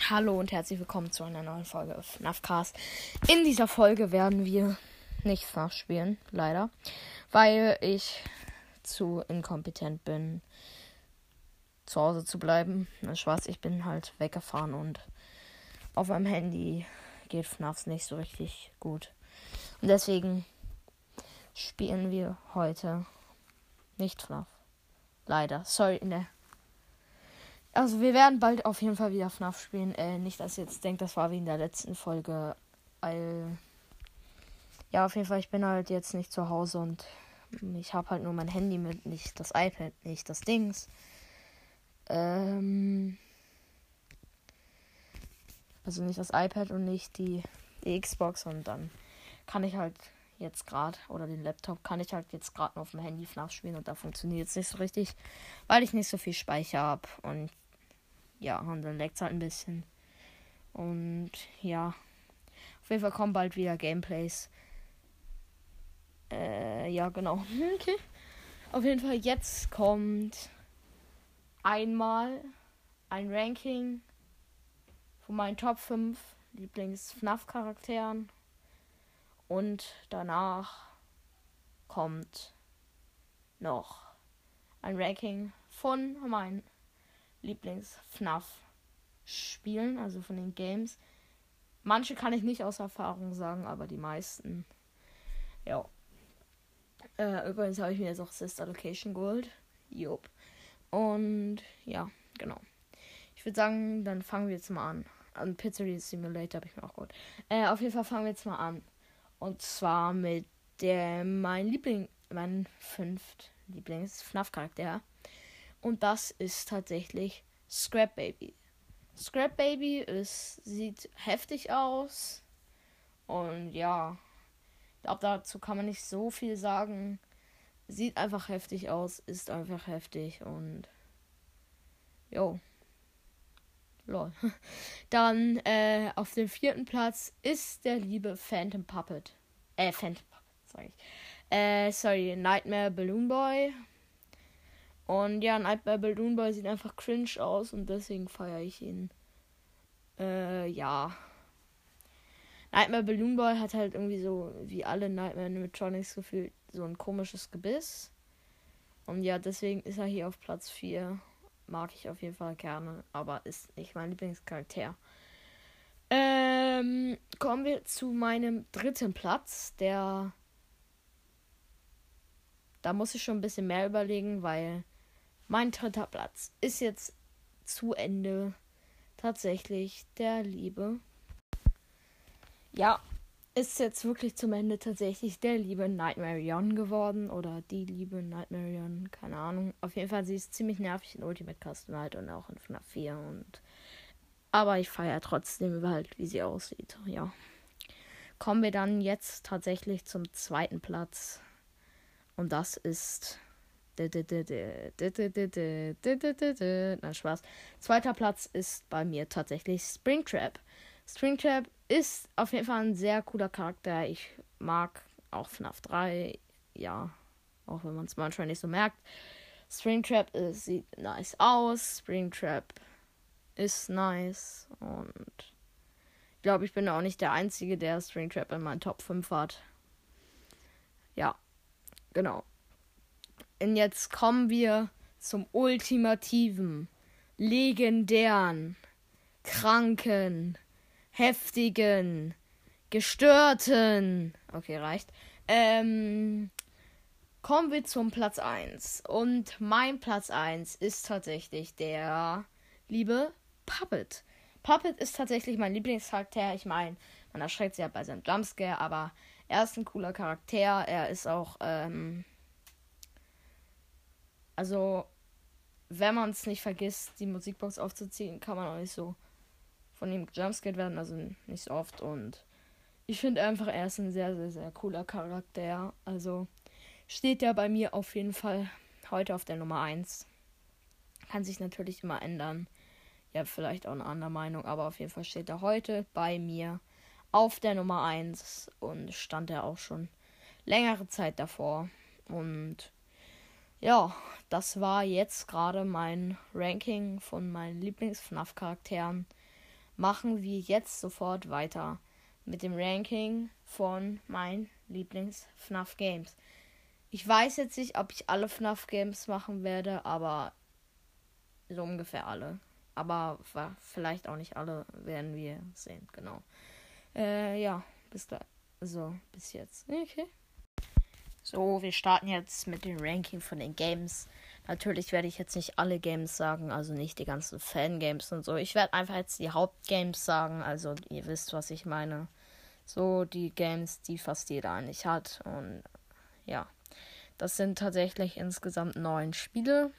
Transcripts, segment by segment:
Hallo und herzlich willkommen zu einer neuen Folge FNAFcast. In dieser Folge werden wir nicht FNAF spielen, leider, weil ich zu inkompetent bin, zu Hause zu bleiben. Spaß, ich bin halt weggefahren und auf meinem Handy geht FNAF nicht so richtig gut. Und deswegen spielen wir heute nicht FNAF. Leider. Sorry, Also wir werden bald auf jeden Fall wieder FNAF spielen. Nicht, dass ihr jetzt denkt, das war wie in der letzten Folge. Weil, ja, auf jeden Fall, ich bin halt jetzt nicht zu Hause und ich habe halt nur mein Handy mit, nicht das iPad, nicht das Dings. Also nicht das iPad und nicht die Xbox, und dann kann ich halt jetzt gerade, oder den Laptop, kann ich halt jetzt gerade nur auf dem Handy FNAF spielen und da funktioniert es nicht so richtig, weil ich nicht so viel Speicher habe und ja, und dann leckt es halt ein bisschen. Und ja, auf jeden Fall kommen bald wieder Gameplays. Ja, genau. Okay. Auf jeden Fall, jetzt kommt einmal ein Ranking von meinen Top 5 Lieblings-FNAF-Charakteren. Und danach kommt noch ein Ranking von meinen Lieblings-FNAF-Spielen, also von den Games. Manche kann ich nicht aus Erfahrung sagen, aber die meisten. Ja. Übrigens habe ich mir jetzt auch Sister Location geholt. Jupp. Und ja, genau. Ich würde sagen, dann fangen wir jetzt mal an. Und Pizzeria Simulator habe ich mir auch geholt. Auf jeden Fall fangen wir jetzt mal an. Und zwar mit mein 5. Lieblings-FNAF-Charakter. Und das ist tatsächlich Scrap Baby. Scrap Baby sieht heftig aus. Und ja, ich glaube, dazu kann man nicht so viel sagen. Sieht einfach heftig aus, ist einfach heftig und jo. Lol. Dann auf dem 4. Platz ist der liebe Phantom Puppet. Nightmare Balloon Boy. Und ja, Nightmare Balloon Boy sieht einfach cringe aus und deswegen feiere ich ihn. Ja. Nightmare Balloon Boy hat halt irgendwie so, wie alle Nightmare Animatronics gefühlt, so ein komisches Gebiss. Und ja, deswegen ist er hier auf Platz 4. Mag ich auf jeden Fall gerne, aber ist nicht mein Lieblingscharakter. Kommen wir zu meinem 3. Platz. Da muss ich schon ein bisschen mehr überlegen, weil mein 3. Platz ist jetzt zu Ende tatsächlich der liebe. Ja, ist jetzt wirklich zum Ende tatsächlich der liebe Nightmarion geworden. Oder die liebe Nightmarion, keine Ahnung. Auf jeden Fall, sie ist ziemlich nervig in Ultimate Custom Night und auch in FNAF 4. Aber ich feiere trotzdem über halt, wie sie aussieht. Ja. Kommen wir dann jetzt tatsächlich zum 2. Platz. Und das ist... Nein, Spaß. 2. Platz ist bei mir tatsächlich Springtrap. Springtrap ist auf jeden Fall ein sehr cooler Charakter. Ich mag auch FNAF 3. Ja, auch wenn man es manchmal nicht so merkt. Springtrap sieht nice aus. Springtrap ist nice. Und ich glaube, ich bin auch nicht der Einzige, der Springtrap in meinen Top 5 hat. Ja, genau. Und jetzt kommen wir zum ultimativen, legendären, kranken, heftigen, gestörten. Okay, reicht. Kommen wir zum Platz 1. Und mein Platz 1 ist tatsächlich der liebe Puppet. Puppet ist tatsächlich mein Lieblingscharakter. Ich meine, man erschreckt sich ja bei seinem Jumpscare, aber er ist ein cooler Charakter. Er ist auch, also, wenn man es nicht vergisst, die Musikbox aufzuziehen, kann man auch nicht so von ihm jumpscared werden, also nicht so oft. Und ich finde einfach, er ist ein sehr, sehr, sehr cooler Charakter. Also steht er bei mir auf jeden Fall heute auf der Nummer 1. Kann sich natürlich immer ändern. Ja, vielleicht auch eine andere Meinung, aber auf jeden Fall steht er heute bei mir auf der Nummer 1 und stand er auch schon längere Zeit davor. Und ja, das war jetzt gerade mein Ranking von meinen Lieblings-FNAF-Charakteren. machen wir jetzt sofort weiter mit dem Ranking von meinen Lieblings-FNAF-Games. Ich weiß jetzt nicht, ob ich alle FNAF-Games machen werde, aber so ungefähr alle. Aber vielleicht auch nicht alle, werden wir sehen, genau. Ja, bis gleich. So, bis jetzt. Okay. So, wir starten jetzt mit dem Ranking von den Games. Natürlich werde ich jetzt nicht alle Games sagen, also nicht die ganzen Fangames und so. Ich werde einfach jetzt die Hauptgames sagen, also ihr wisst, was ich meine. So die Games, die fast jeder eigentlich hat. Und ja, das sind tatsächlich insgesamt 9 Spiele.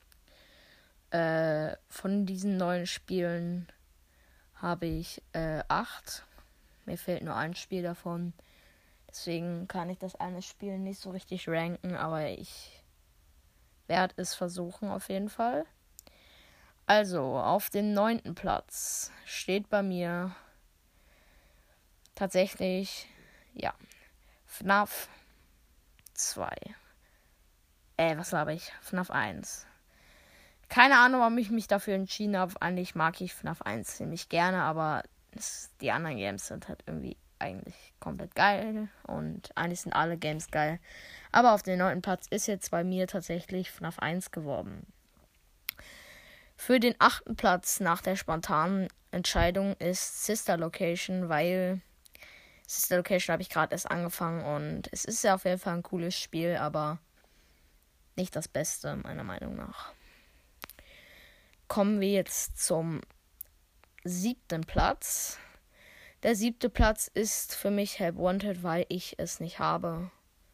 Von diesen 9 Spielen habe ich 8. Mir fehlt nur ein Spiel davon. Deswegen kann ich das eine Spiel nicht so richtig ranken, aber ich werde es versuchen auf jeden Fall. Also, auf dem 9. Platz steht bei mir tatsächlich, ja, FNAF 2. Was habe ich? FNAF 1. Keine Ahnung, warum ich mich dafür entschieden habe. Eigentlich mag ich FNAF 1 ziemlich gerne, aber die anderen Games sind halt irgendwie eigentlich komplett geil. Und eigentlich sind alle Games geil. Aber auf dem 9. Platz ist jetzt bei mir tatsächlich FNAF 1 geworden. Für den 8. Platz nach der spontanen Entscheidung ist Sister Location, weil Sister Location habe ich gerade erst angefangen und es ist ja auf jeden Fall ein cooles Spiel, aber nicht das Beste, meiner Meinung nach. Kommen wir jetzt zum 7. Platz. Der 7. Platz ist für mich Help Wanted, weil ich es nicht habe.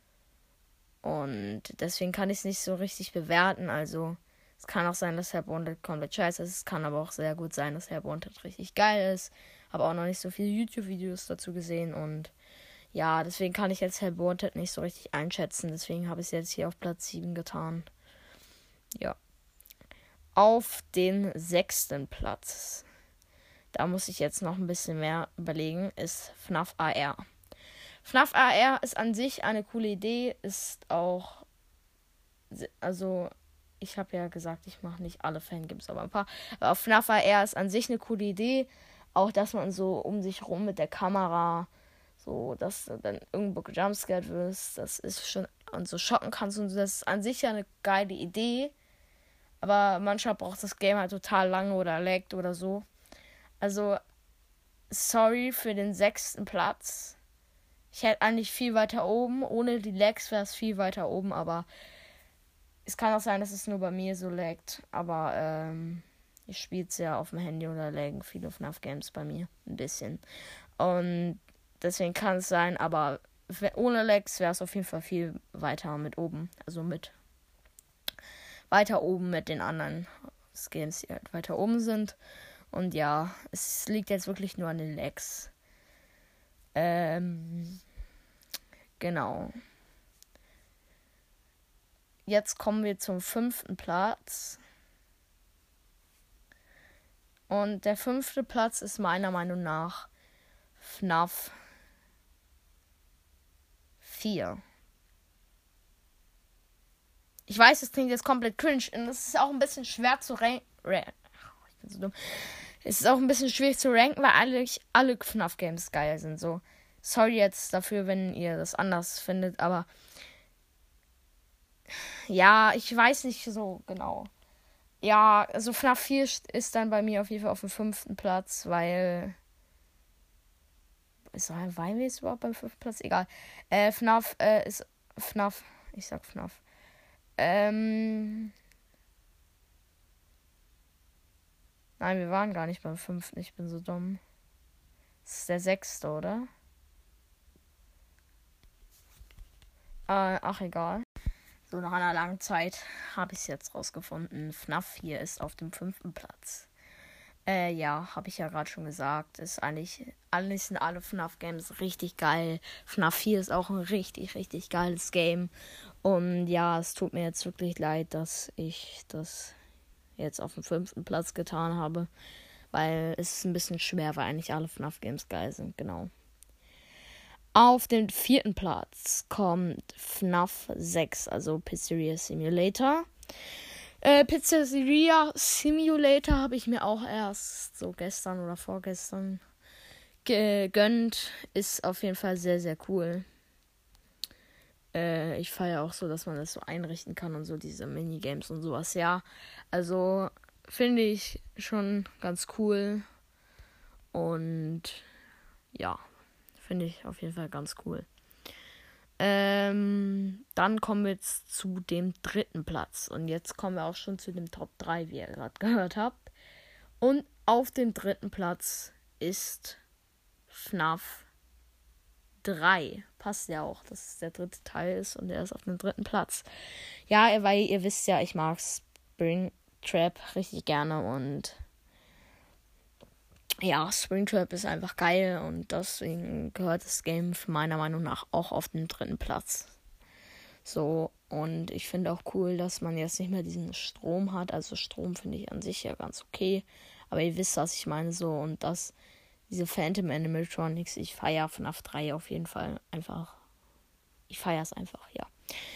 Und deswegen kann ich es nicht so richtig bewerten. Also es kann auch sein, dass Help Wanted komplett scheiße ist. Es kann aber auch sehr gut sein, dass Help Wanted richtig geil ist. Habe auch noch nicht so viele YouTube-Videos dazu gesehen. Und ja, deswegen kann ich jetzt Help Wanted nicht so richtig einschätzen. Deswegen habe ich es jetzt hier auf Platz 7 getan. Ja. Auf den 6. Platz, da muss ich jetzt noch ein bisschen mehr überlegen, ist FNAF AR. FNAF AR ist an sich eine coole Idee, ist auch, also ich habe ja gesagt, ich mache nicht alle Fangames, aber ein paar. Aber FNAF AR ist an sich eine coole Idee, auch dass man so um sich rum mit der Kamera, so dass du dann irgendwo gejumpscared wirst, das ist schon, und so schocken kannst und so, das ist an sich ja eine geile Idee. Aber manchmal braucht das Game halt total lange oder laggt oder so. Also, sorry für den 6. Platz. Ich hätte eigentlich viel weiter oben. Ohne die Lags wäre es viel weiter oben, aber es kann auch sein, dass es nur bei mir so laggt. Aber ich spiele es ja auf dem Handy oder laggen viele FNAF-Games bei mir. Ein bisschen. Und deswegen kann es sein, aber ohne Lags wäre es auf jeden Fall viel weiter mit oben. Also mit weiter oben mit den anderen Games, die halt weiter oben sind. Und ja, es liegt jetzt wirklich nur an den Lags. Genau. Jetzt kommen wir zum 5. Platz. Und der 5. Platz ist meiner Meinung nach FNAF 4. Ich weiß, das klingt jetzt komplett cringe und es ist auch ein bisschen schwer zu ranken. Ich bin so dumm. Es ist auch ein bisschen schwierig zu ranken, weil alle FNAF-Games geil sind. So, sorry jetzt dafür, wenn ihr das anders findet, aber ja, ich weiß nicht so genau. Ja, also FNAF 4 ist dann bei mir auf jeden Fall auf dem 5. Platz, weil waren wir jetzt überhaupt beim 5. Platz? Egal. FNAF ist FNAF. Ich sag FNAF. Nein, wir waren gar nicht beim 5. Ich bin so dumm. Das ist der 6., oder? Ach, egal. So, nach einer langen Zeit habe ich es jetzt rausgefunden. FNAF 4 ist auf dem 5. Platz. Ja, habe ich ja gerade schon gesagt. Eigentlich sind alle FNAF-Games richtig geil. FNAF 4 ist auch ein richtig, richtig geiles Game. Und ja, es tut mir jetzt wirklich leid, dass ich das jetzt auf dem 5. Platz getan habe. Weil es ist ein bisschen schwer, weil eigentlich alle FNAF-Games geil sind, genau. Auf den 4. Platz kommt FNAF 6, also Pizzeria Simulator. Pizzeria Simulator habe ich mir auch erst so gestern oder vorgestern gegönnt. Ist auf jeden Fall sehr, sehr cool. Ich feiere auch so, dass man das so einrichten kann und so diese Minigames und sowas. Ja, also finde ich schon ganz cool. Und ja, finde ich auf jeden Fall ganz cool. Dann kommen wir jetzt zu dem 3. Platz. Und jetzt kommen wir auch schon zu dem Top 3, wie ihr gerade gehört habt. Und auf dem 3. Platz ist FNAF 3. Passt ja auch, dass es der 3. Teil ist und er ist auf dem 3. Platz. Ja, weil ihr wisst ja, ich mag Springtrap richtig gerne und ja, Springtrap ist einfach geil und deswegen gehört das Game meiner Meinung nach auch auf den 3. Platz. So, und ich finde auch cool, dass man jetzt nicht mehr diesen Strom hat. Also Strom finde ich an sich ja ganz okay. Aber ihr wisst, was ich meine so. Und diese Phantom Animatronics, ich feiere FNAF 3 auf jeden Fall einfach. Ich feiere es einfach, ja.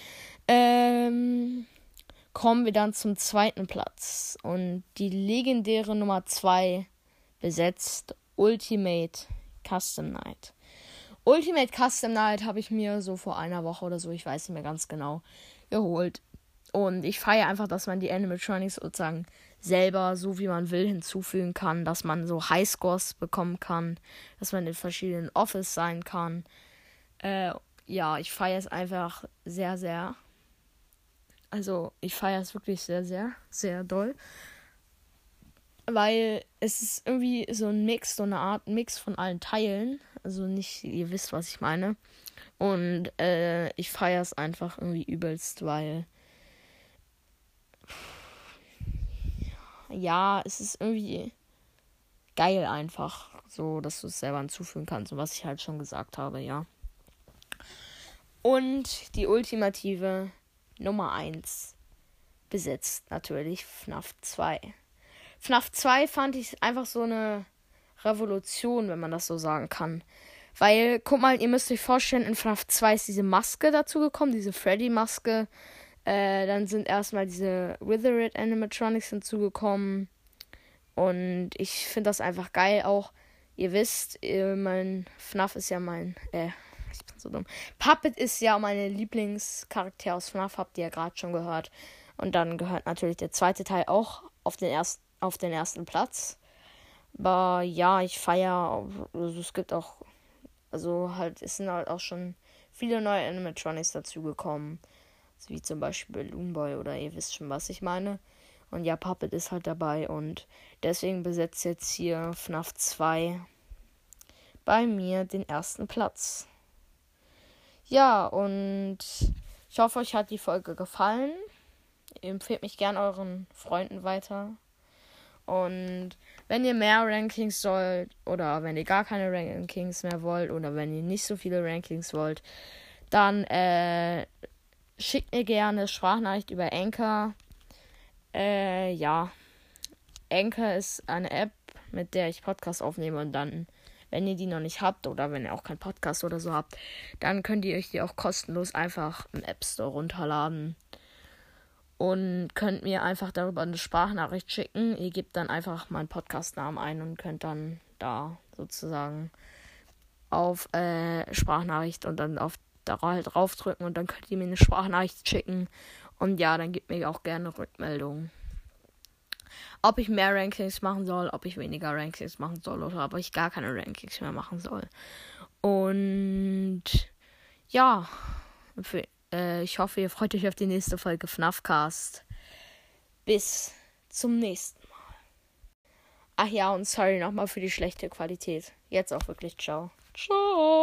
Kommen wir dann zum 2. Platz. Und die legendäre Nummer 2 besetzt Ultimate Custom Night. Ultimate Custom Night habe ich mir so vor einer Woche oder so, ich weiß nicht mehr ganz genau, geholt. Und ich feiere einfach, dass man die Animatronics sozusagen selber, so wie man will, hinzufügen kann. Dass man so Highscores bekommen kann. Dass man in verschiedenen Office sein kann. Ja, ich feiere es einfach sehr, sehr. Also, ich feiere es wirklich sehr, sehr, sehr doll. Weil es ist irgendwie so ein Mix, so eine Art Mix von allen Teilen. Also nicht, ihr wisst, was ich meine. Und ich feiere es einfach irgendwie übelst, weil ja, es ist irgendwie geil einfach. So, dass du es selber hinzufügen kannst. Und was ich halt schon gesagt habe, ja. Und die ultimative Nummer 1 besetzt natürlich FNAF 2. FNAF 2 fand ich einfach so eine Revolution, wenn man das so sagen kann. Weil, guck mal, ihr müsst euch vorstellen, in FNAF 2 ist diese Maske dazu gekommen, diese Freddy-Maske. Dann sind erstmal diese Withered Animatronics hinzugekommen. Und ich finde das einfach geil. Auch, ihr wisst, mein FNAF ist ja ich bin so dumm. Puppet ist ja meine Lieblingscharakter aus FNAF, habt ihr ja gerade schon gehört. Und dann gehört natürlich der 2. Teil auch auf den ersten Platz. Aber ja, ich feiere, also es gibt auch, also halt, es sind halt auch schon viele neue Animatronics dazugekommen. Wie zum Beispiel Balloon Boy oder ihr wisst schon, was ich meine. Und ja, Puppet ist halt dabei und deswegen besetzt jetzt hier FNAF 2 bei mir den 1. Platz. Ja, und ich hoffe, euch hat die Folge gefallen. Ihr empfehlt mich gern euren Freunden weiter. Und wenn ihr mehr Rankings wollt oder wenn ihr gar keine Rankings mehr wollt oder wenn ihr nicht so viele Rankings wollt, dann schickt mir gerne Sprachnachricht über Anchor. Ja, Anchor ist eine App, mit der ich Podcasts aufnehme und dann, wenn ihr die noch nicht habt oder wenn ihr auch keinen Podcast oder so habt, dann könnt ihr euch die auch kostenlos einfach im App Store runterladen. Und könnt mir einfach darüber eine Sprachnachricht schicken. Ihr gebt dann einfach meinen Podcast-Namen ein und könnt dann da sozusagen auf Sprachnachricht und dann da halt draufdrücken und dann könnt ihr mir eine Sprachnachricht schicken. Und ja, dann gebt mir auch gerne Rückmeldungen. Ob ich mehr Rankings machen soll, ob ich weniger Rankings machen soll oder ob ich gar keine Rankings mehr machen soll. Und ja, ich hoffe, ihr freut euch auf die nächste Folge FNAFcast. Bis zum nächsten Mal. Ach ja, und sorry nochmal für die schlechte Qualität. Jetzt auch wirklich ciao. Ciao.